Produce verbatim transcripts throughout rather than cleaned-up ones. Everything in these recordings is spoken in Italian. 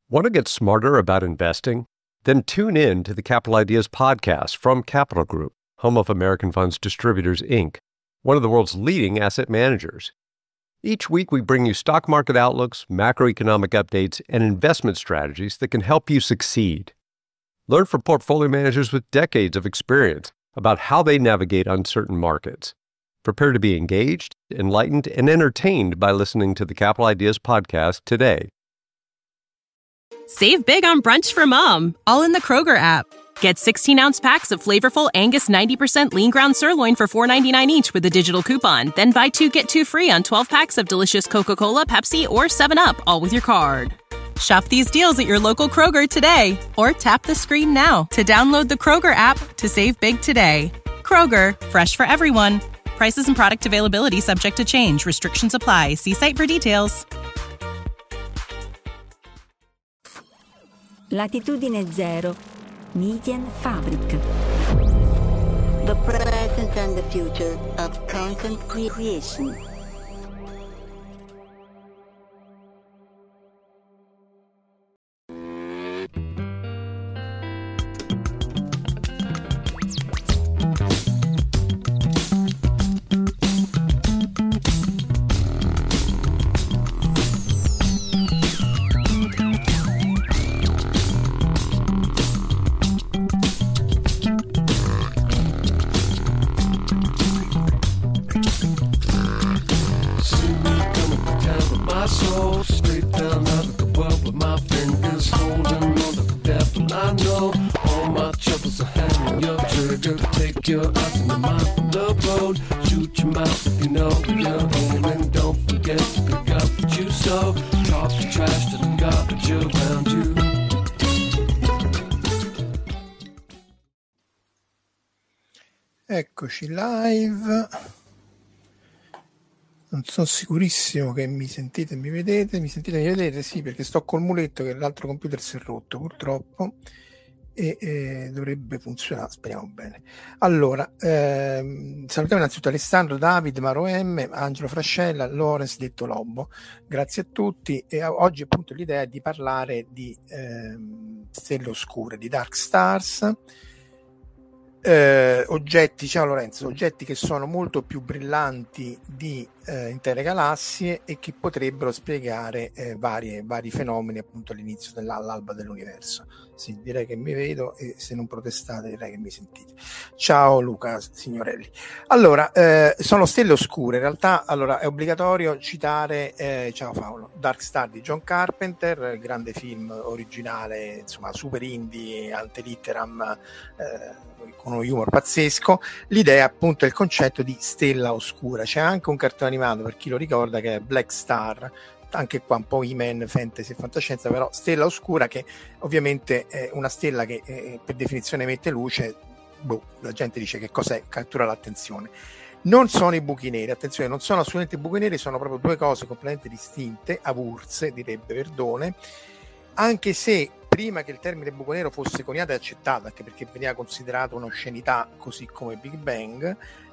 Want to get smarter about investing? Then tune in to the Capital Ideas podcast from Capital Group, home of American Funds Distributors, Incorporated, one of the world's leading asset managers. Each week, we bring you stock market outlooks, macroeconomic updates, and investment strategies that can help you succeed. Learn from portfolio managers with decades of experience about how they navigate uncertain markets. Prepare to be engaged, enlightened, and entertained by listening to the Capital Ideas podcast today. Save big on brunch for mom, all in the Kroger app. Get sixteen-ounce packs of flavorful Angus ninety percent lean ground sirloin for four ninety-nine each with a digital coupon. Then buy two, get two free on twelve packs of delicious Coca-Cola, Pepsi, or seven up, all with your card. Shop these deals at your local Kroger today, or tap the screen now to download the Kroger app to save big today. Kroger, fresh for everyone. Prices and product availability subject to change. Restrictions apply. See site for details. Latitudine Zero, Median Fabric. The present and the future of content creation. Eccoci live. Non sono sicurissimo che mi sentite e mi vedete. Mi sentite e mi vedete? Sì, perché sto col muletto che l'altro computer si è rotto purtroppo e eh, dovrebbe funzionare, speriamo bene. Allora, ehm, salutiamo innanzitutto Alessandro, David, Maro M, Angelo Frascella, Lorenz detto Lobo. Grazie a tutti. E oggi appunto l'idea è di parlare di ehm, stelle oscure, di Dark Stars. Eh, oggetti, ciao Lorenzo, oggetti che sono molto più brillanti di eh, intere galassie e che potrebbero spiegare eh, varie, vari fenomeni appunto all'inizio dell'alba dell'universo. Sì, direi che mi vedo e se non protestate direi che mi sentite. Ciao Luca Signorelli. Allora, eh, sono stelle oscure, in realtà allora è obbligatorio citare, eh, ciao Paolo, Dark Star di John Carpenter, grande film originale, insomma super indie, ante litteram, eh, con uno humor pazzesco. L'idea appunto è il concetto di stella oscura. C'è anche un cartone animato, per chi lo ricorda, che è Black Star, anche qua un po' He-Man, fantasy e fantascienza, però stella oscura, che ovviamente è una stella che eh, per definizione emette luce. Boh, la gente dice che cos'è, cattura l'attenzione. Non sono i buchi neri, attenzione, non sono assolutamente i buchi neri, sono proprio due cose completamente distinte, avulse, direbbe Verdone, anche se prima che il termine buco nero fosse coniato e accettato, anche perché veniva considerato un'oscenità così come Big Bang,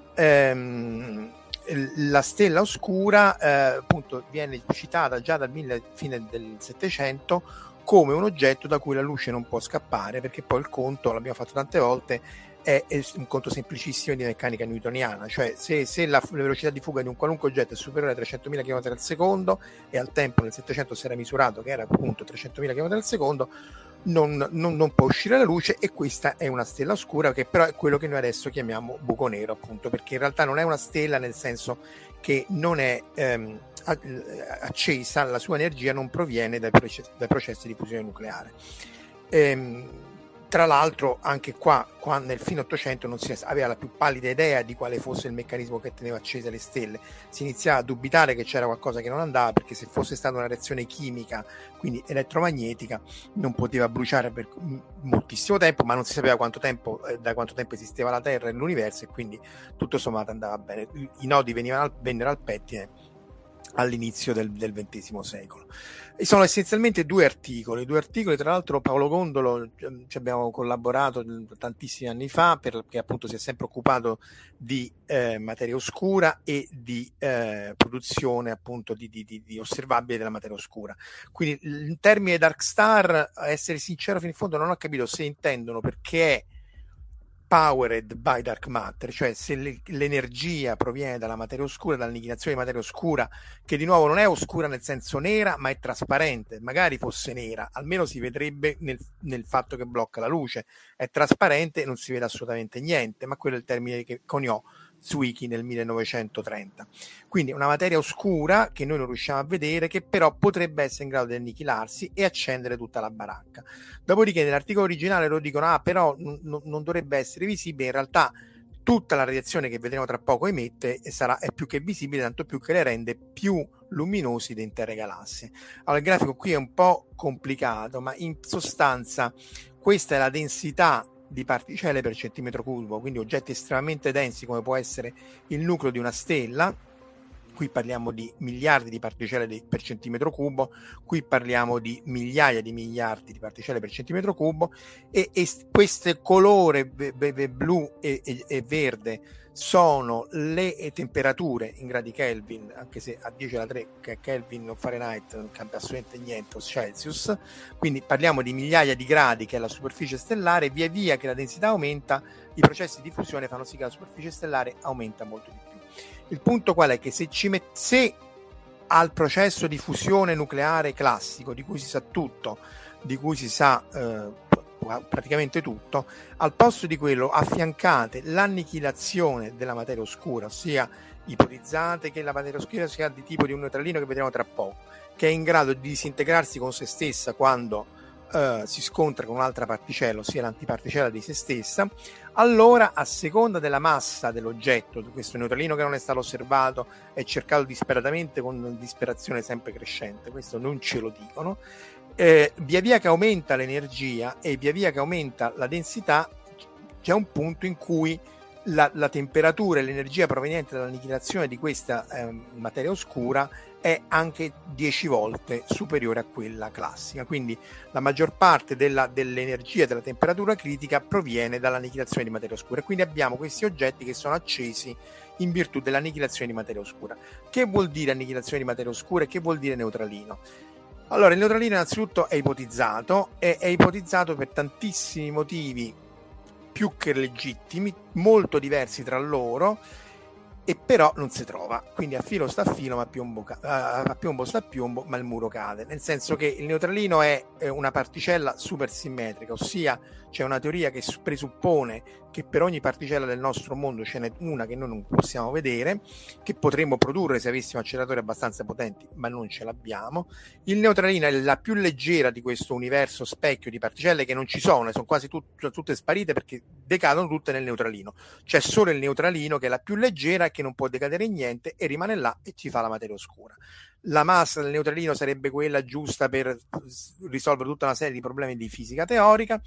ehm, la stella oscura eh, appunto viene citata già dal mille, fine del Settecento come un oggetto da cui la luce non può scappare, perché poi il conto, l'abbiamo fatto tante volte, è, è un conto semplicissimo di meccanica newtoniana, cioè se, se la, la velocità di fuga di un qualunque oggetto è superiore a trecentomila chilometri al secondo, e al tempo nel Settecento si era misurato che era appunto trecentomila chilometri al secondo, non, non, non può uscire la luce, e questa è una stella oscura, che però è quello che noi adesso chiamiamo buco nero, appunto perché in realtà non è una stella, nel senso che non è ehm, accesa, la sua energia non proviene dai processi, dai processi di fusione nucleare. Ehm, tra l'altro anche qua, qua nel fine Ottocento non si aveva la più pallida idea di quale fosse il meccanismo che teneva accese le stelle. Si iniziava a dubitare che c'era qualcosa che non andava, perché se fosse stata una reazione chimica, quindi elettromagnetica, non poteva bruciare per moltissimo tempo, ma non si sapeva quanto tempo, eh, da quanto tempo esisteva la Terra e l'universo, e quindi tutto sommato andava bene. I nodi venivano al, vennero al pettine all'inizio del, del ventesimo secolo. E sono essenzialmente due articoli, due articoli, tra l'altro Paolo Gondolo ci abbiamo collaborato tantissimi anni fa, perché appunto si è sempre occupato di eh, materia oscura e di eh, produzione appunto di, di, di, di osservabili della materia oscura. Quindi il termine dark star, a essere sincero fino in fondo, non ho capito se intendono perché è powered by dark matter, cioè se le, l'energia proviene dalla materia oscura, dall'annichilazione di materia oscura, che di nuovo non è oscura nel senso nera, ma è trasparente. Magari fosse nera, almeno si vedrebbe nel, nel fatto che blocca la luce. È trasparente e non si vede assolutamente niente, ma quello è il termine che coniò Zwicky nel millenovecentotrenta. Quindi una materia oscura che noi non riusciamo a vedere, che però potrebbe essere in grado di annichilarsi e accendere tutta la baracca. Dopodiché nell'articolo originale lo dicono, ah però n- n- non dovrebbe essere visibile. In realtà tutta la radiazione che vedremo tra poco emette e sarà, è più che visibile, tanto più che le rende più luminosi di intere galassie. Allora il grafico qui è un po' complicato, ma in sostanza questa è la densità di particelle per centimetro cubo, quindi oggetti estremamente densi come può essere il nucleo di una stella. Qui parliamo di miliardi di particelle di, per centimetro cubo, qui parliamo di migliaia di miliardi di particelle per centimetro cubo, e, e questo colore be, be, blu e, e, e verde sono le temperature in gradi Kelvin, anche se a dieci alla tre che Kelvin o Fahrenheit non cambia assolutamente niente, o Celsius. Quindi parliamo di migliaia di gradi, che è la superficie stellare. Via via che la densità aumenta, i processi di fusione fanno sì che la superficie stellare aumenta molto di più. Il punto qual è? Che se ci met- se al processo di fusione nucleare classico, di cui si sa tutto, di cui si sa eh, praticamente tutto, al posto di quello affiancate l'annichilazione della materia oscura, ossia ipotizzate che la materia oscura sia di tipo di un neutralino che vedremo tra poco, che è in grado di disintegrarsi con se stessa quando eh, si scontra con un'altra particella, ossia l'antiparticella di se stessa. Allora, a seconda della massa dell'oggetto, di questo neutralino che non è stato osservato è cercato disperatamente con disperazione sempre crescente, questo non ce lo dicono, Eh, via via che aumenta l'energia e via via che aumenta la densità, c'è un punto in cui la, la temperatura e l'energia proveniente dall'annichilazione di questa eh, materia oscura è anche dieci volte superiore a quella classica. Quindi la maggior parte della, dell'energia e della temperatura critica proviene dall'annichilazione di materia oscura, e quindi abbiamo questi oggetti che sono accesi in virtù dell'annichilazione di materia oscura. Che vuol dire annichilazione di materia oscura e che vuol dire neutralino? Allora, il neutralino innanzitutto è ipotizzato, e è ipotizzato per tantissimi motivi più che legittimi, molto diversi tra loro, e però non si trova. Quindi a filo sta a filo, ma a piombo, ca- a piombo sta a piombo, ma il muro cade. Nel senso che il neutralino è una particella supersimmetrica, ossia c'è una teoria che presuppone che per ogni particella del nostro mondo ce n'è una che noi non possiamo vedere, che potremmo produrre se avessimo acceleratori abbastanza potenti, ma non ce l'abbiamo. Il neutralino è la più leggera di questo universo specchio di particelle che non ci sono, sono quasi tut- tutte sparite perché decadono tutte nel neutralino. C'è solo il neutralino che è la più leggera e che non può decadere in niente e rimane là e ci fa la materia oscura. La massa del neutralino sarebbe quella giusta per risolvere tutta una serie di problemi di fisica teorica,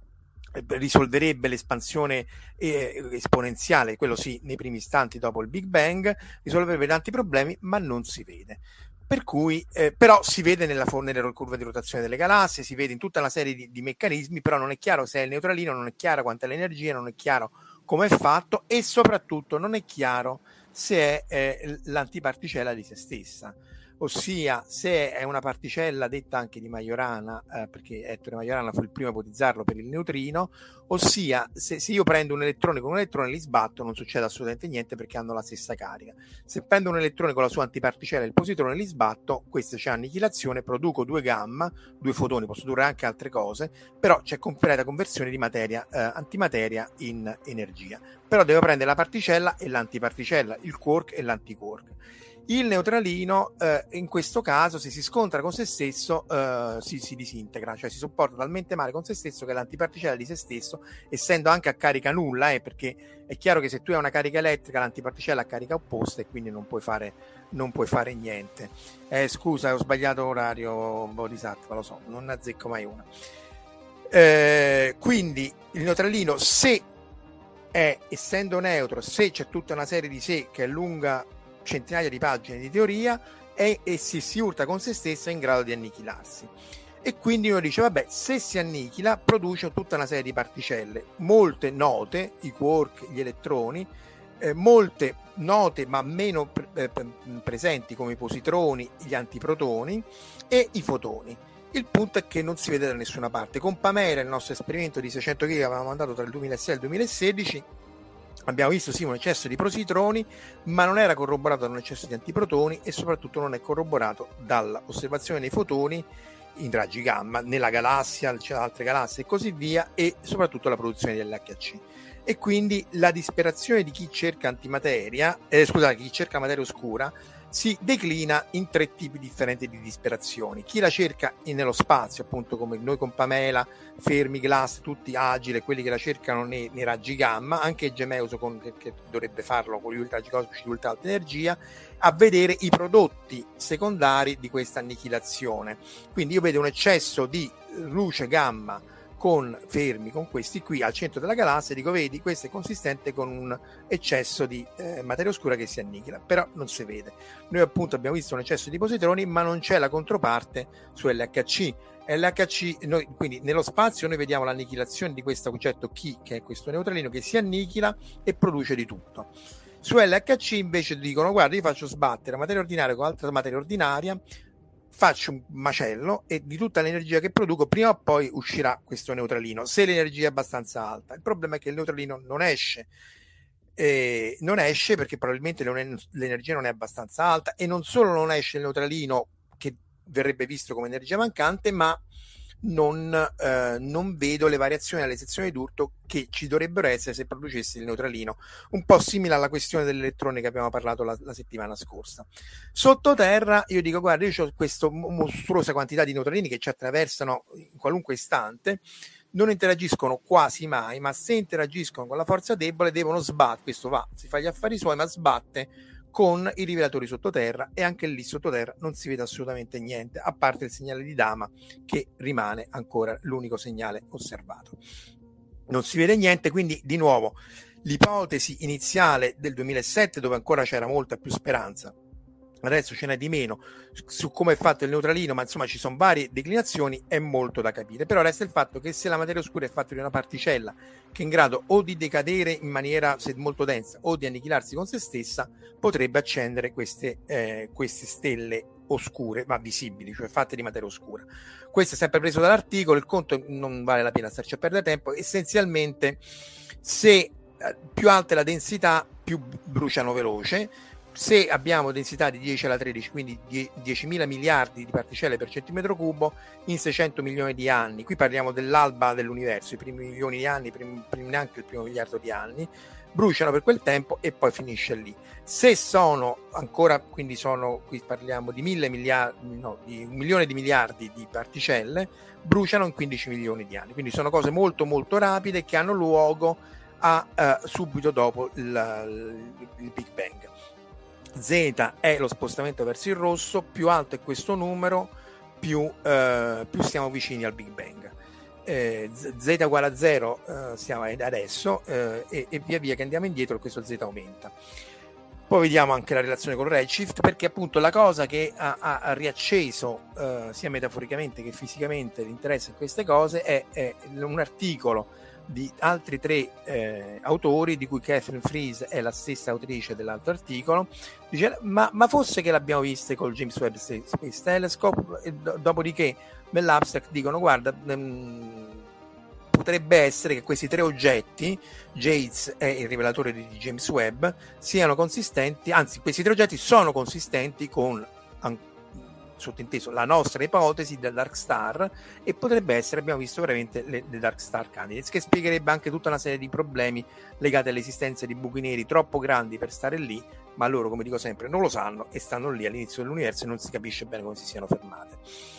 risolverebbe l'espansione eh, esponenziale, quello sì, nei primi istanti dopo il Big Bang, risolverebbe tanti problemi, ma non si vede. Per cui, eh, però si vede nella, nella curva di rotazione delle galassie, si vede in tutta una serie di, di meccanismi, però non è chiaro se è il neutralino, non è chiaro quanta è l'energia, non è chiaro come è fatto, e soprattutto non è chiaro se è eh, l'antiparticella di se stessa. Ossia, se è una particella detta anche di Majorana, eh, perché Ettore Majorana fu il primo a ipotizzarlo per il neutrino, ossia se, se io prendo un elettrone con un elettrone li sbatto non succede assolutamente niente perché hanno la stessa carica. Se prendo un elettrone con la sua antiparticella e il positrone li sbatto, questa c'è annichilazione, produco due gamma, due fotoni, posso produrre anche altre cose, però c'è completa conversione di materia eh, antimateria in energia. Però devo prendere la particella e l'antiparticella, il quark e l'antiquark. Il neutralino eh, in questo caso, se si scontra con se stesso, eh, si, si disintegra, cioè si sopporta talmente male con se stesso che l'antiparticella di se stesso, essendo anche a carica nulla, eh, perché è chiaro che se tu hai una carica elettrica l'antiparticella ha carica opposta e quindi non puoi fare, non puoi fare niente. Eh, scusa, ho sbagliato orario, Bodhisattva, lo so, non ne azzecco mai una. Eh, quindi il neutralino, se è, essendo neutro, se c'è tutta una serie di se che è lunga centinaia di pagine di teoria, e, e se si urta con se stessa è in grado di annichilarsi. E quindi uno dice, vabbè, se si annichila produce tutta una serie di particelle, molte note, i quark, gli elettroni, eh, molte note ma meno pre- eh, presenti come i positroni, gli antiprotoni e i fotoni. Il punto è che non si vede da nessuna parte. Con Pamela, il nostro esperimento di seicento chili che avevamo mandato tra il duemilasei e il duemilasedici, abbiamo visto sì un eccesso di positroni, ma non era corroborato da un eccesso di antiprotoni e soprattutto non è corroborato dall'osservazione dei fotoni in raggi gamma nella galassia, c'è altre galassie e così via, e soprattutto la produzione dell'H C. E quindi la disperazione di chi cerca antimateria, eh, scusate, chi cerca materia oscura si declina in tre tipi differenti di disperazioni. Chi la cerca in, nello spazio, appunto come noi con Pamela, Fermi, Glass, tutti agili, quelli che la cercano nei, nei raggi gamma, anche Gemeuso con, che, che dovrebbe farlo con gli raggi cosmici di ultra alta energia, a vedere i prodotti secondari di questa annichilazione. Quindi io vedo un eccesso di luce gamma con Fermi, con questi qui al centro della galassia, dico vedi, questo è consistente con un eccesso di eh, materia oscura che si annichila, però non si vede. Noi appunto abbiamo visto un eccesso di positroni, ma non c'è la controparte su L H C. L H C, noi, quindi nello spazio noi vediamo l'annichilazione di questo concetto Chi, che è questo neutralino che si annichila e produce di tutto. Su L H C invece dicono, guarda, io faccio sbattere materia ordinaria con altra materia ordinaria, faccio un macello e di tutta l'energia che produco prima o poi uscirà questo neutralino, se l'energia è abbastanza alta. Il problema è che il neutralino non esce, eh, non esce perché probabilmente l'energia non è abbastanza alta, e non solo non esce il neutralino che verrebbe visto come energia mancante, ma non, eh, non vedo le variazioni alle sezioni d'urto che ci dovrebbero essere se producessi il neutralino, un po' simile alla questione dell'elettrone che abbiamo parlato la, la settimana scorsa. Sottoterra io dico, guarda, io ho questa mostruosa quantità di neutralini che ci attraversano in qualunque istante, non interagiscono quasi mai, ma se interagiscono con la forza debole devono sbattere, questo va, si fa gli affari suoi, ma sbatte con i rivelatori sottoterra, e anche lì sottoterra non si vede assolutamente niente, a parte il segnale di Dama che rimane ancora l'unico segnale osservato. Non si vede niente, quindi di nuovo l'ipotesi iniziale del duemilasette, dove ancora c'era molta più speranza, adesso ce n'è di meno su come è fatto il neutralino, ma insomma ci sono varie declinazioni, è molto da capire. Però resta il fatto che se la materia oscura è fatta di una particella che è in grado o di decadere in maniera molto densa o di annichilarsi con se stessa, potrebbe accendere queste, eh, queste stelle oscure ma visibili, cioè fatte di materia oscura. Questo è sempre preso dall'articolo, il conto non vale la pena starci a perdere tempo. Essenzialmente, se eh, più alta è la densità, più bruciano veloce. Se abbiamo densità di dieci alla tredici, quindi diecimila miliardi di particelle per centimetro cubo in seicento milioni di anni, qui parliamo dell'alba dell'universo, i primi milioni di anni, prim, prim, neanche il primo miliardo di anni, bruciano per quel tempo e poi finisce lì. Se sono ancora, quindi sono, qui parliamo di mille miliardi, no, di un milione di miliardi di particelle, bruciano in quindici milioni di anni, quindi sono cose molto molto rapide che hanno luogo a, uh, subito dopo il, il, il Big Bang. Z è lo spostamento verso il rosso, più alto è questo numero, più, eh, più siamo vicini al Big Bang. Eh, Z uguale a zero eh, siamo adesso, eh, e, e via via che andiamo indietro questo Z aumenta. Poi vediamo anche la relazione con Redshift, perché appunto la cosa che ha, ha, ha riacceso eh, sia metaforicamente che fisicamente l'interesse in queste cose è, è un articolo di altri tre eh, autori, di cui Catherine Fries è la stessa autrice dell'altro articolo. Dice, ma, ma fosse che l'abbiamo viste col James Webb Space Telescope, e do, dopodiché nell'abstract dicono, guarda, mh, potrebbe essere che questi tre oggetti, JADES e il rivelatore di James Webb, siano consistenti, anzi questi tre oggetti sono consistenti con an- sottinteso la nostra ipotesi del Dark Star, e potrebbe essere, abbiamo visto veramente le, le Dark Star Candidates, che spiegherebbe anche tutta una serie di problemi legati all'esistenza di buchi neri troppo grandi per stare lì, ma loro, come dico sempre, non lo sanno e stanno lì all'inizio dell'universo e non si capisce bene come si siano fermate.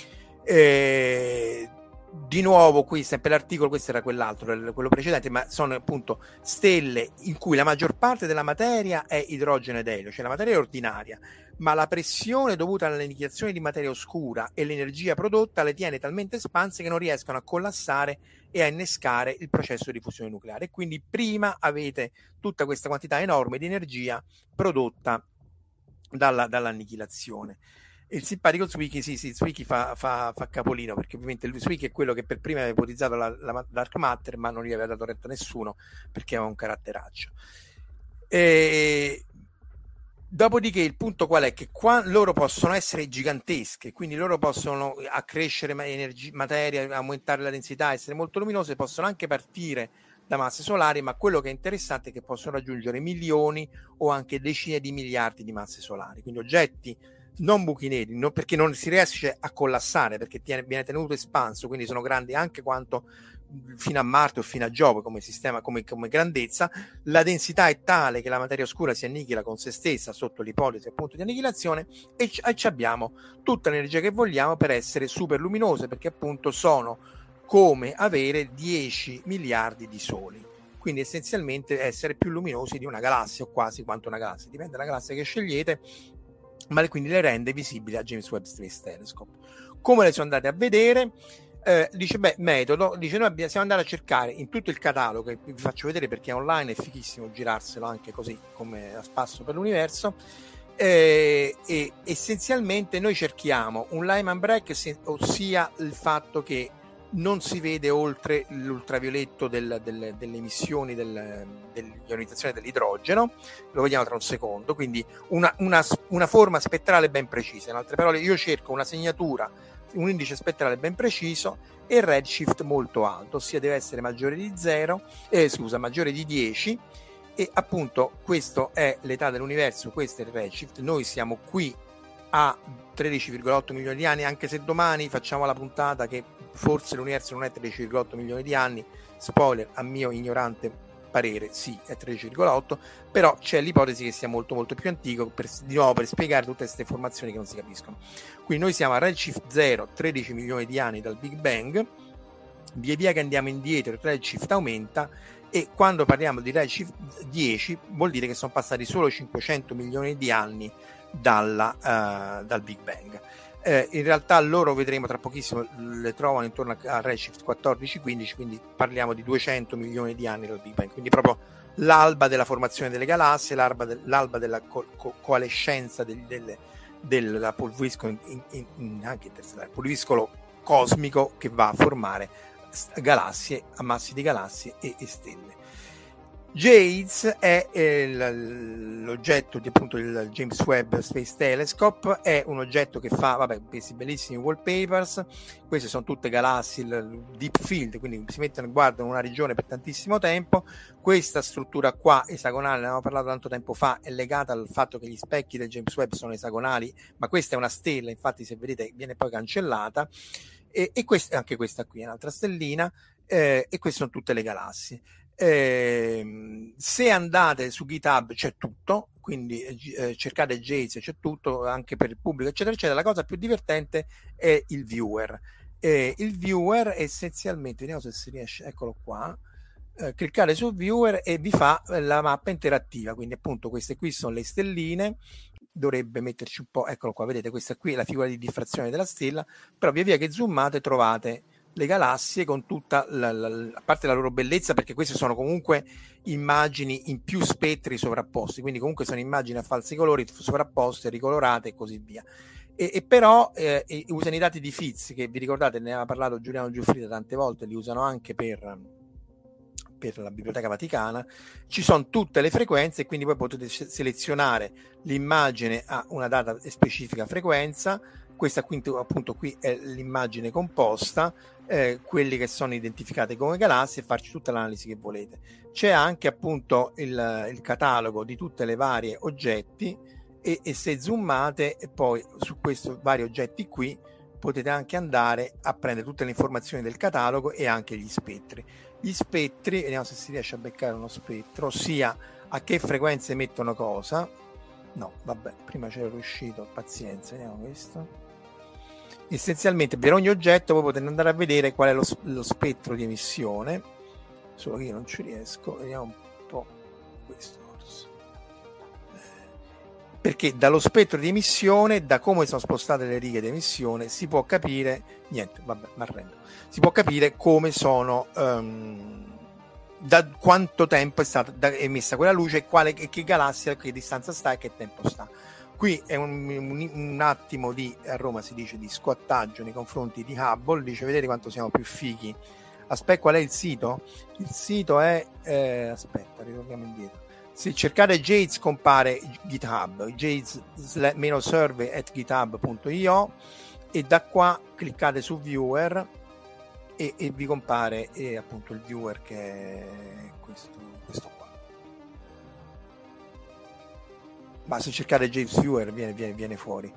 E di nuovo qui sempre l'articolo, questo era quell'altro, quello precedente, ma sono appunto stelle in cui la maggior parte della materia è idrogeno ed elio, cioè la materia è ordinaria, ma la pressione dovuta all'annichilazione di materia oscura e l'energia prodotta le tiene talmente espanse che non riescono a collassare e a innescare il processo di fusione nucleare, e quindi prima avete tutta questa quantità enorme di energia prodotta dalla, dall'annichilazione. Il simpatico Zwicky, sì, sì, Zwicky fa, fa, fa capolino, perché ovviamente lui Zwicky è quello che per prima aveva ipotizzato la, la Dark Matter, ma non gli aveva dato retta a nessuno perché aveva un caratteraccio. E dopodiché il punto qual è? Che qua loro possono essere gigantesche, quindi loro possono accrescere energia, materia, aumentare la densità, essere molto luminose, possono anche partire da masse solari, ma quello che è interessante è che possono raggiungere milioni o anche decine di miliardi di masse solari, quindi oggetti non buchi neri, no, perché non si riesce a collassare, perché tiene, viene tenuto espanso, quindi sono grandi anche quanto fino a Marte o fino a Giove come sistema, come, come grandezza. La densità è tale che la materia oscura si annichila con se stessa sotto l'ipotesi appunto di annichilazione, e, c- e abbiamo tutta l'energia che vogliamo per essere super luminose, perché appunto sono come avere dieci miliardi di soli, quindi essenzialmente essere più luminosi di una galassia o quasi quanto una galassia, dipende dalla galassia che scegliete, ma quindi le rende visibili a James Webb Space Telescope. Come le sono andate a vedere? Eh, dice, beh, metodo, dice, noi abbiamo, siamo andati a cercare in tutto il catalogo, che vi faccio vedere perché è online, è fighissimo girarselo anche così come a spasso per l'universo, eh, e essenzialmente noi cerchiamo un Lyman break, se, ossia il fatto che non si vede oltre l'ultravioletto del, del, delle emissioni del, dell'ionizzazione dell'idrogeno, lo vediamo tra un secondo, quindi una, una, una forma spettrale ben precisa. In altre parole, io cerco una segnatura, un indice spettrale ben preciso e redshift molto alto, ossia deve essere maggiore di zero, eh, scusa, maggiore di dieci, e appunto questo è l'età dell'universo, questo è il redshift. Noi siamo qui a tredici virgola otto milioni di anni, anche se domani facciamo la puntata che forse l'universo non è tredici virgola otto milioni di anni, spoiler, a mio ignorante parere sì, è tredici virgola otto, però c'è l'ipotesi che sia molto molto più antico, per, di nuovo per spiegare tutte queste informazioni che non si capiscono. Quindi noi siamo a redshift zero, tredici milioni di anni dal Big Bang, via via che andiamo indietro il redshift aumenta, e quando parliamo di redshift dieci vuol dire che sono passati solo cinquecento milioni di anni dalla, uh, dal Big Bang. Eh, in realtà loro, vedremo tra pochissimo, le trovano intorno a redshift quattordici quindici, quindi parliamo di duecento milioni di anni dal Big Bang, quindi proprio l'alba della formazione delle galassie, l'alba, de, l'alba della co- co- coalescenza del, del, del pulviscolo in, in, in, anche interstellare, pulviscolo cosmico che va a formare galassie, ammassi di galassie e, e stelle. JADES è eh, l'oggetto di appunto il James Webb Space Telescope, è un oggetto che fa, vabbè, questi bellissimi wallpapers, queste sono tutte galassie, il deep field, quindi si mettono e guardano una regione per tantissimo tempo. Questa struttura qua esagonale, ne avevamo parlato tanto tempo fa, è legata al fatto che gli specchi del James Webb sono esagonali, ma questa è una stella, infatti se vedete viene poi cancellata, e, e questa, anche questa qui è un'altra stellina, eh, e queste sono tutte le galassie. Eh, se andate su GitHub c'è tutto, quindi eh, cercate JADES, c'è tutto anche per il pubblico eccetera eccetera. La cosa più divertente è il viewer. Eh, il viewer essenzialmente, vediamo se si riesce, eccolo qua, eh, cliccate su viewer e vi fa la mappa interattiva, quindi appunto queste qui sono le stelline, dovrebbe metterci un po', eccolo qua, vedete, questa qui è la figura di diffrazione della stella, però via via che zoomate trovate le galassie con tutta la, la, a parte la loro bellezza, perché queste sono comunque immagini in più spettri sovrapposti, quindi comunque sono immagini a falsi colori sovrapposte, ricolorate e così via, e, e però eh, usano i dati di Fitts, che vi ricordate ne aveva parlato Giuliano Giuffrida tante volte, li usano anche per per la Biblioteca Vaticana. Ci sono tutte le frequenze e quindi poi potete selezionare l'immagine a una data e specifica frequenza. Questa qui, appunto, qui è l'immagine composta, eh, quelli che sono identificate come galassie, e farci tutta l'analisi che volete. C'è anche appunto il, il catalogo di tutte le varie oggetti, e, e se zoomate e poi su questi vari oggetti qui potete anche andare a prendere tutte le informazioni del catalogo e anche gli spettri. Gli spettri, vediamo se si riesce a beccare uno spettro, ossia a che frequenze emettono cosa. No, vabbè, prima c'ero riuscito, pazienza, vediamo questo. Essenzialmente per ogni oggetto voi potete andare a vedere qual è lo, lo spettro di emissione, solo che io non ci riesco, vediamo un po' questo forse. Perché dallo spettro di emissione, da come sono spostate le righe di emissione, si può capire, niente, vabbè, mi arrendo, si può capire come sono, um, da quanto tempo è stata emessa quella luce, e quale, che galassia, che distanza sta e che tempo sta. Qui è un, un, un attimo di, a Roma si dice, di squattaggio nei confronti di Hubble. Dice: vedete quanto siamo più fighi. Aspetta, qual è il sito? Il sito è eh, aspetta, ritorniamo indietro. Se cercate JADES compare GitHub, jades-survey at github punto io, e da qua cliccate su viewer e, e vi compare eh, appunto il viewer, che è questo, questo qua. Ma se cercate JADES viewer viene, viene, viene fuori.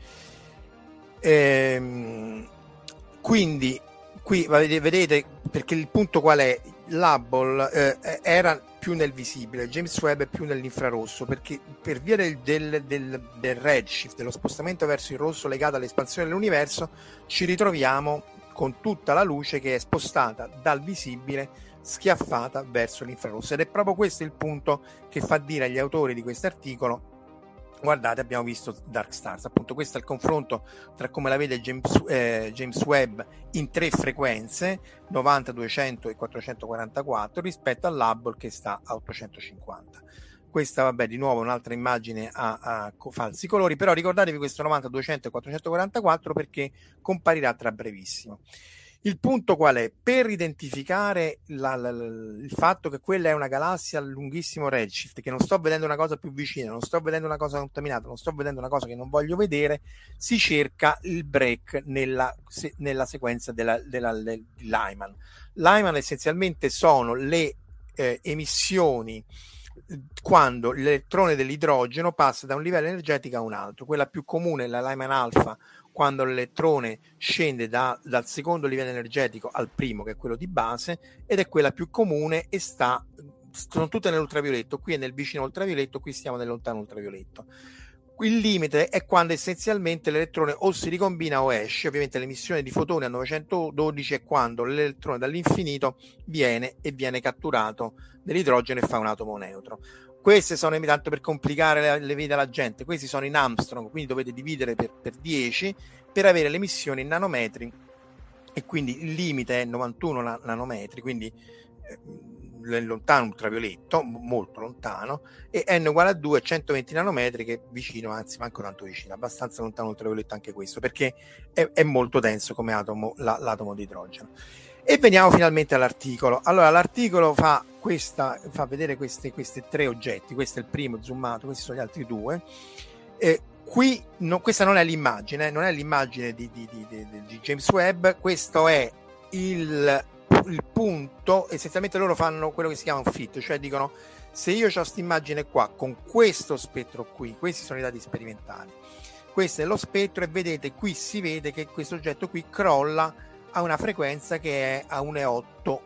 Ehm, quindi qui vedete, perché il punto qual è? L'Hubble eh, era più nel visibile, James Webb è più nell'infrarosso, perché per via del, del, del, del redshift, dello spostamento verso il rosso legato all'espansione dell'universo, ci ritroviamo con tutta la luce che è spostata dal visibile, schiaffata verso l'infrarosso, ed è proprio questo il punto che fa dire agli autori di questo articolo: guardate, abbiamo visto Dark Stars. Appunto, questo è il confronto tra come la vede James, eh, James Webb in tre frequenze, novanta, duecento e quattrocentoquarantaquattro, rispetto all'Hubble che sta a ottocentocinquanta. Questa, vabbè, di nuovo un'altra immagine a, a falsi colori, però ricordatevi questo novanta, duecento e quattrocentoquarantaquattro perché comparirà tra brevissimo. Il punto qual è? Per identificare la, la, la, il fatto che quella è una galassia a lunghissimo redshift, che non sto vedendo una cosa più vicina, non sto vedendo una cosa contaminata, non sto vedendo una cosa che non voglio vedere, si cerca il break nella, se, nella sequenza della, della, della, di Lyman. Lyman essenzialmente sono le eh, emissioni quando l'elettrone dell'idrogeno passa da un livello energetico a un altro. Quella più comune è la Lyman alfa, quando l'elettrone scende da, dal secondo livello energetico al primo, che è quello di base, ed è quella più comune e sta, sono tutte nell'ultravioletto. Qui è nel vicino ultravioletto, qui stiamo nel lontano ultravioletto. Il limite è quando essenzialmente l'elettrone o si ricombina o esce. Ovviamente l'emissione di fotoni a novecentododici è quando l'elettrone dall'infinito viene e viene catturato nell'idrogeno e fa un atomo neutro. Queste sono, tanto per complicare le, le vite alla gente, questi sono in Armstrong, quindi dovete dividere per, per dieci per avere l'emissione in nanometri, e quindi il limite è novantuno nanometri, quindi eh, lontano ultravioletto, molto lontano, e n uguale a due, centoventi nanometri, che è vicino, anzi manco tanto vicino, abbastanza lontano ultravioletto anche questo, perché è, è molto denso come atomo la, l'atomo di idrogeno. E veniamo finalmente all'articolo. Allora, l'articolo fa questa, fa vedere questi questi tre oggetti. Questo è il primo zoomato, questi sono gli altri due. Eh, qui no, questa non è l'immagine, non è l'immagine di, di, di, di, di James Webb, questo è il, il punto. Essenzialmente loro fanno quello che si chiama un fit, cioè dicono: se io ho questa immagine qua con questo spettro qui, questi sono i dati sperimentali, questo è lo spettro, e vedete qui, si vede che questo oggetto qui crolla a una frequenza che è a uno virgola otto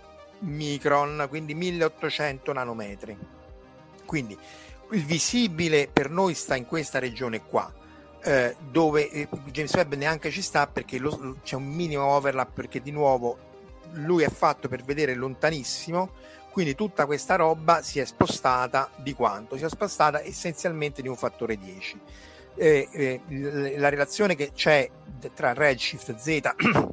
micron, quindi milleottocento nanometri. Quindi il visibile per noi sta in questa regione qua, eh, dove eh, James Webb neanche ci sta, perché lo, c'è un minimo overlap, perché di nuovo lui è fatto per vedere lontanissimo, quindi tutta questa roba si è spostata di quanto? Si è spostata essenzialmente di un fattore dieci. Eh, eh, la relazione che c'è tra redshift Z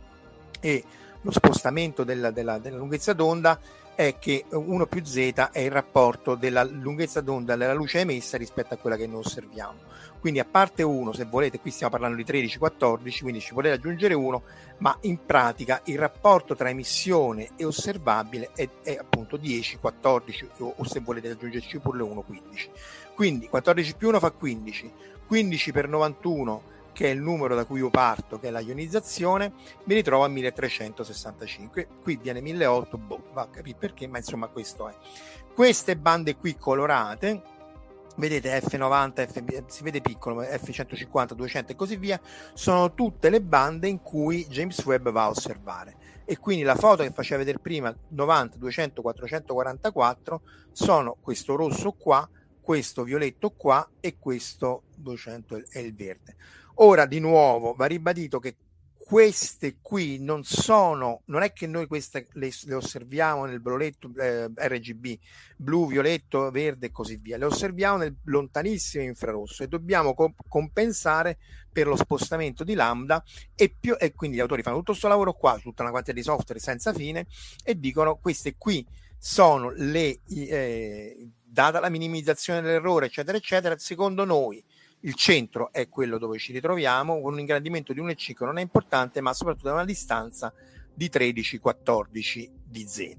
e lo spostamento della, della, della lunghezza d'onda è che uno più z è il rapporto della lunghezza d'onda della luce emessa rispetto a quella che noi osserviamo. Quindi a parte uno, se volete, qui stiamo parlando di tredici quattordici, quindi ci potete aggiungere uno, ma in pratica il rapporto tra emissione e osservabile è, è appunto dieci quattordici, o, o se volete aggiungerci pure uno, quindici. Quindi quattordici più uno fa quindici, quindici per novantuno, che è il numero da cui io parto, che è la ionizzazione, mi ritrovo a milletrecentosessantacinque. Qui viene milleottocento, boh, va a capire perché, ma insomma questo è. Queste bande qui colorate, vedete F novanta, F, si vede piccolo, F centocinquanta, duecento e così via, sono tutte le bande in cui James Webb va a osservare. E quindi la foto che faceva vedere prima, novanta, duecento, quattrocentoquarantaquattro, sono questo rosso qua, questo violetto qua e questo duecento è il verde. Ora, di nuovo, va ribadito che queste qui non sono, non è che noi queste le, le osserviamo nel bolletto eh, R G B, blu, violetto, verde e così via, le osserviamo nel lontanissimo infrarosso, e dobbiamo comp- compensare per lo spostamento di lambda, e, più, e quindi gli autori fanno tutto questo lavoro qua, tutta una quantità di software senza fine, e dicono: queste qui sono le, eh, data la minimizzazione dell'errore eccetera eccetera, secondo noi il centro è quello dove ci ritroviamo, con un ingrandimento di uno virgola cinque non è importante, ma soprattutto a una distanza di tredici quattordici di Z.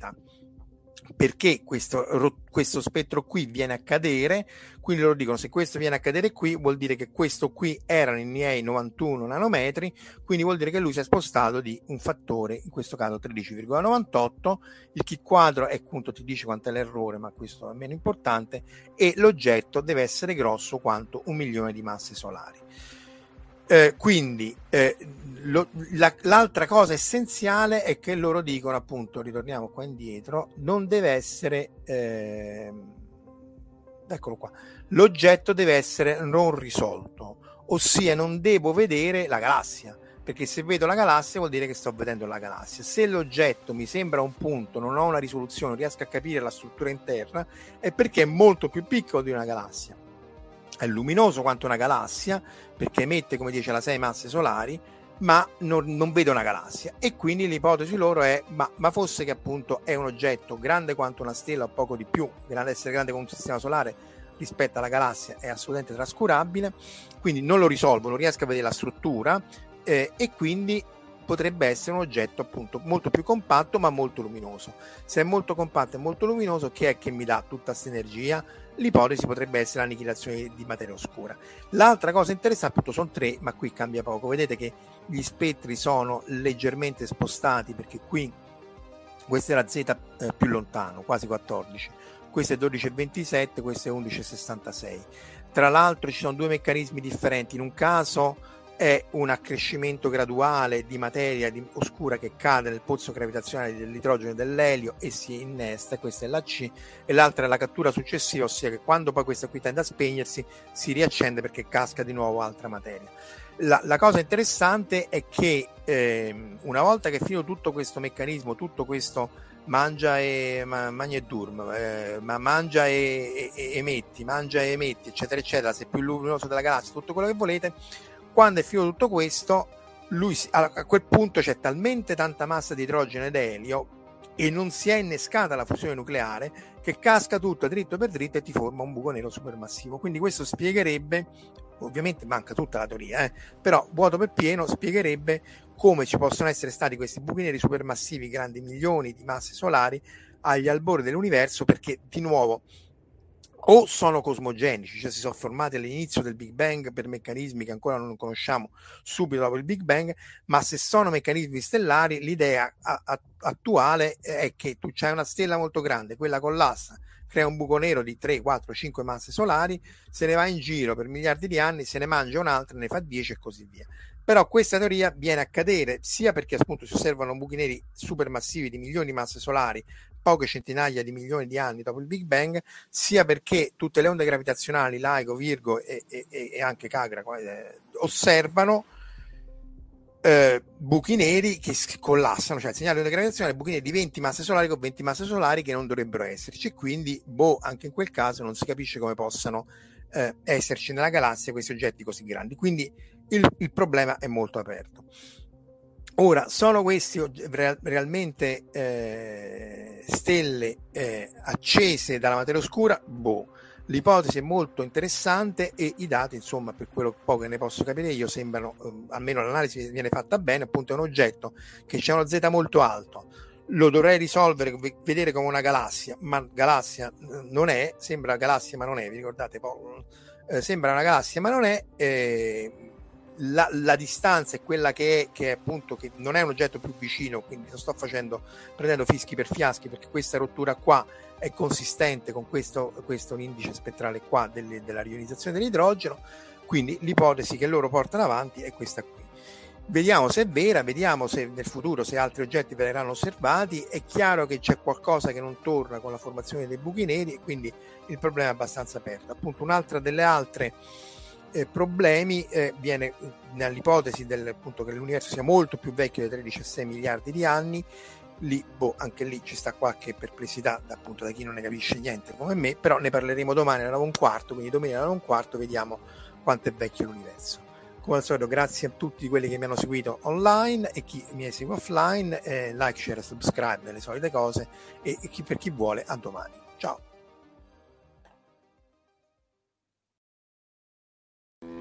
Perché questo, questo spettro qui viene a cadere? Quindi loro dicono, se questo viene a cadere qui, vuol dire che questo qui era in I E novantuno nanometri, quindi vuol dire che lui si è spostato di un fattore, in questo caso tredici virgola novantotto, il chi quadro è, appunto, ti dice quanto è l'errore, ma questo è meno importante, e l'oggetto deve essere grosso quanto un milione di masse solari. Eh, quindi eh, lo, la, l'altra cosa essenziale è che loro dicono, appunto, ritorniamo qua indietro, non deve essere eh, eccolo qua, l'oggetto deve essere non risolto, ossia non devo vedere la galassia, perché se vedo la galassia vuol dire che sto vedendo la galassia. Se l'oggetto mi sembra un punto, non ho una risoluzione, non riesco a capire la struttura interna, è perché è molto più piccolo di una galassia. È luminoso quanto una galassia, perché emette, come dice, la sei masse solari, ma non, non vedo una galassia. E quindi l'ipotesi loro è, ma, ma fosse che appunto è un oggetto grande quanto una stella o poco di più, grande, essere grande come un sistema solare rispetto alla galassia è assolutamente trascurabile, quindi non lo risolvo, non riesco a vedere la struttura, eh, e quindi potrebbe essere un oggetto appunto molto più compatto ma molto luminoso. Se è molto compatto e molto luminoso, che è che mi dà tutta questa energia? L'ipotesi potrebbe essere l'annichilazione di materia oscura. L'altra cosa interessante, appunto, sono tre, ma qui cambia poco. Vedete che gli spettri sono leggermente spostati, perché qui questo era Z eh, più lontano, quasi quattordici, questo è dodici virgola ventisette, questo è undici virgola sessantasei. Tra l'altro ci sono due meccanismi differenti. In un caso è un accrescimento graduale di materia di oscura che cade nel pozzo gravitazionale dell'idrogeno e dell'elio e si innesta, e questa è la C, e l'altra è la cattura successiva, ossia che quando poi questa qui tende a spegnersi si riaccende perché casca di nuovo altra materia. La, la cosa interessante è che eh, una volta che è finito tutto questo meccanismo, tutto questo mangia e ma, magna e durm, eh, ma mangia e, e, e emetti, mangia e emetti, eccetera eccetera, se è più luminoso della galassia, tutto quello che volete, quando è finito tutto questo, lui si, a quel punto c'è talmente tanta massa di idrogeno ed elio e non si è innescata la fusione nucleare che casca tutto dritto per dritto e ti forma un buco nero supermassivo. Quindi questo spiegherebbe, ovviamente manca tutta la teoria, eh, però vuoto per pieno, spiegherebbe come ci possono essere stati questi buchi neri supermassivi grandi milioni di masse solari agli albori dell'universo, perché di nuovo o sono cosmogenici, cioè si sono formati all'inizio del Big Bang per meccanismi che ancora non conosciamo subito dopo il Big Bang, ma se sono meccanismi stellari, l'idea a- a- attuale è che tu c'hai una stella molto grande, quella collassa, crea un buco nero di tre, quattro, cinque masse solari, se ne va in giro per miliardi di anni, se ne mangia un'altra, ne fa dieci e così via. Però questa teoria viene a cadere sia perché appunto si osservano buchi neri supermassivi di milioni di masse solari poche centinaia di milioni di anni dopo il Big Bang, sia perché tutte le onde gravitazionali, LIGO, Virgo e, e, e anche Cagra eh, osservano eh, buchi neri che collassano, cioè il segnale di onde gravitazionali, buchi neri di venti masse solari con venti masse solari che non dovrebbero esserci, quindi boh, anche in quel caso non si capisce come possano eh, esserci nella galassia questi oggetti così grandi, quindi il, il problema è molto aperto. Ora, sono questi real, realmente eh, stelle eh, accese dalla materia oscura? Boh, l'ipotesi è molto interessante e i dati, insomma, per quello poco che ne posso capire io, sembrano, eh, almeno l'analisi viene fatta bene, appunto è un oggetto che c'è uno Z molto alto, lo dovrei risolvere, vedere come una galassia, ma galassia non è, sembra galassia ma non è, vi ricordate Paolo? Eh, sembra una galassia ma non è, eh, La, la distanza è quella che è, che è appunto che non è un oggetto più vicino, quindi non sto facendo prendendo fischi per fiaschi, perché questa rottura qua è consistente con questo, questo un indice spettrale qua delle, della rionizzazione dell'idrogeno, quindi l'ipotesi che loro portano avanti è questa qui. Vediamo se è vera, vediamo se nel futuro se altri oggetti verranno osservati. È chiaro che c'è qualcosa che non torna con la formazione dei buchi neri e quindi il problema è abbastanza aperto. Appunto un'altra delle altre Eh, problemi eh, viene nell'ipotesi del, appunto, che l'universo sia molto più vecchio di tredici virgola sei miliardi di anni. Lì, boh, anche lì ci sta qualche perplessità da, appunto, da chi non ne capisce niente come me, però ne parleremo domani alle nove e un quarto, quindi domenica alle nove e un quarto vediamo quanto è vecchio l'universo. Come al solito, grazie a tutti quelli che mi hanno seguito online e chi mi segue offline, eh, like, share, subscribe, le solite cose, e, e chi, per chi vuole, a domani. Ciao.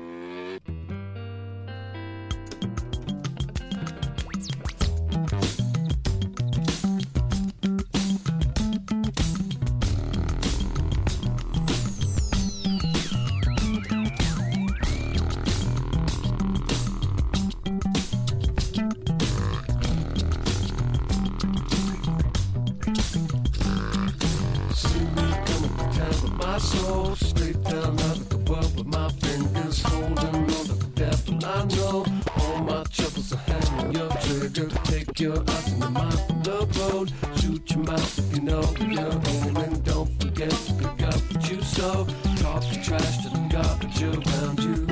my soul. Straight down out of the world with my fingers holding on like a devil. I know all my troubles are hanging your trigger. Take your eyes and your mind from the road. Shoot your mouth if you know you're aiming. Don't forget to pick up what you sow. Talk the trash to the garbage around you.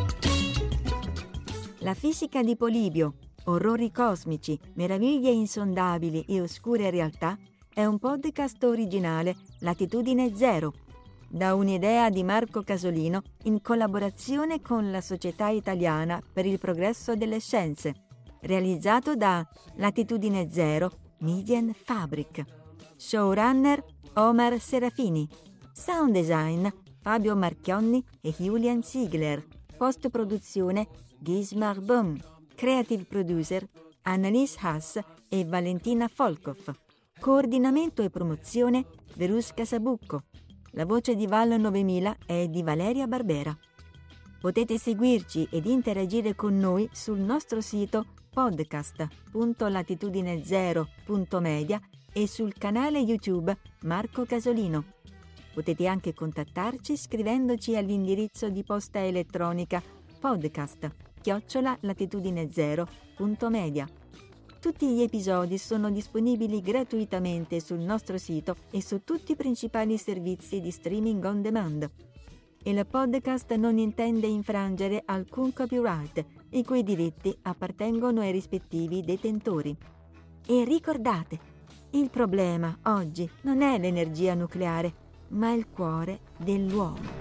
La fisica di Polibio, orrori cosmici, meraviglie insondabili e oscure realtà è un podcast originale Latitudine Zero, da un'idea di Marco Casolino in collaborazione con la Società Italiana per il Progresso delle Scienze, realizzato da Latitudine Zero Median Fabric. Showrunner Omar Serafini. Sound design Fabio Marchionni e Julian Ziegler. Post-produzione Gismar Böhm. Creative producer Annalise Haas e Valentina Folkov. Coordinamento e promozione Verusca Sabucco. La voce di Val novemila è di Valeria Barbera. Potete seguirci ed interagire con noi sul nostro sito podcast punto latitudine zero punto media e sul canale YouTube Marco Casolino. Potete anche contattarci scrivendoci all'indirizzo di posta elettronica podcast chiocciola latitudine zero punto media. Tutti gli episodi sono disponibili gratuitamente sul nostro sito e su tutti i principali servizi di streaming on demand. Il podcast non intende infrangere alcun copyright, i cui diritti appartengono ai rispettivi detentori. E ricordate, il problema oggi non è l'energia nucleare, ma il cuore dell'uomo.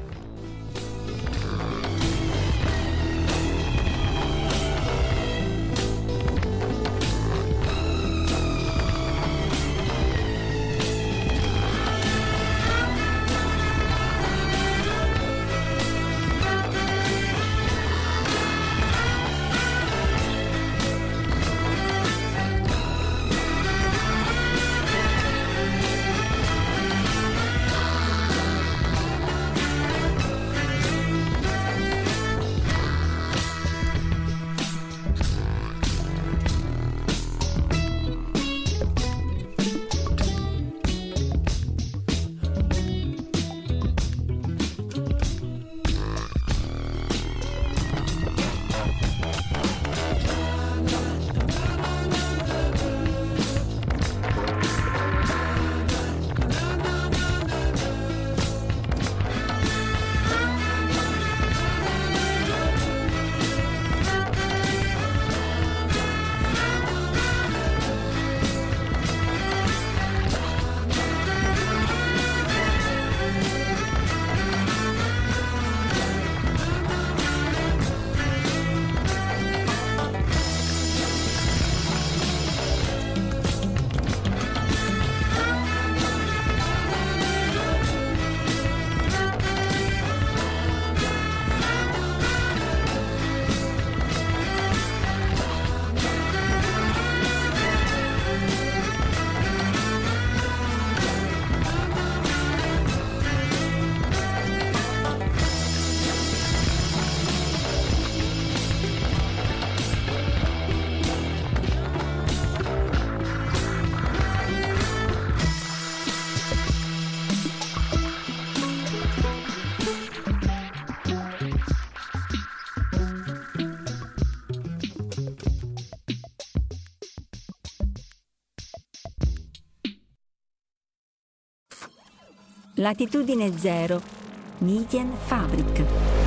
Latitudine Zero Median Fabric.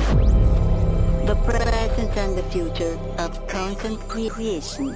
The present and the future of content creation.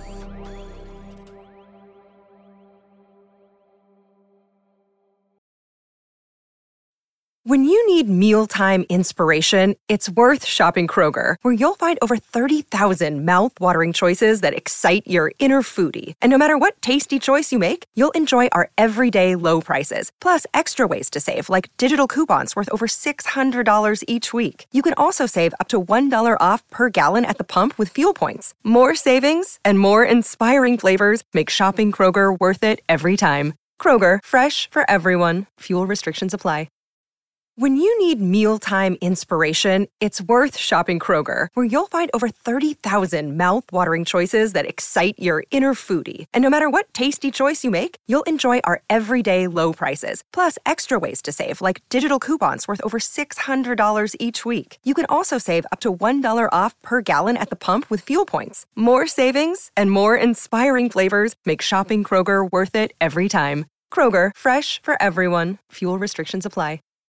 When you need mealtime inspiration, it's worth shopping Kroger, where you'll find over thirty thousand mouth-watering choices that excite your inner foodie. And no matter what tasty choice you make, you'll enjoy our everyday low prices, plus extra ways to save, like digital coupons worth over six hundred dollars each week. You can also save up to one dollar off per gallon at the pump with fuel points. More savings and more inspiring flavors make shopping Kroger worth it every time. Kroger, fresh for everyone. Fuel restrictions apply. When you need mealtime inspiration, it's worth shopping Kroger, where you'll find over thirty thousand mouth-watering choices that excite your inner foodie. And no matter what tasty choice you make, you'll enjoy our everyday low prices, plus extra ways to save, like digital coupons worth over six hundred dollars each week. You can also save up to one dollar off per gallon at the pump with fuel points. More savings and more inspiring flavors make shopping Kroger worth it every time. Kroger, fresh for everyone. Fuel restrictions apply.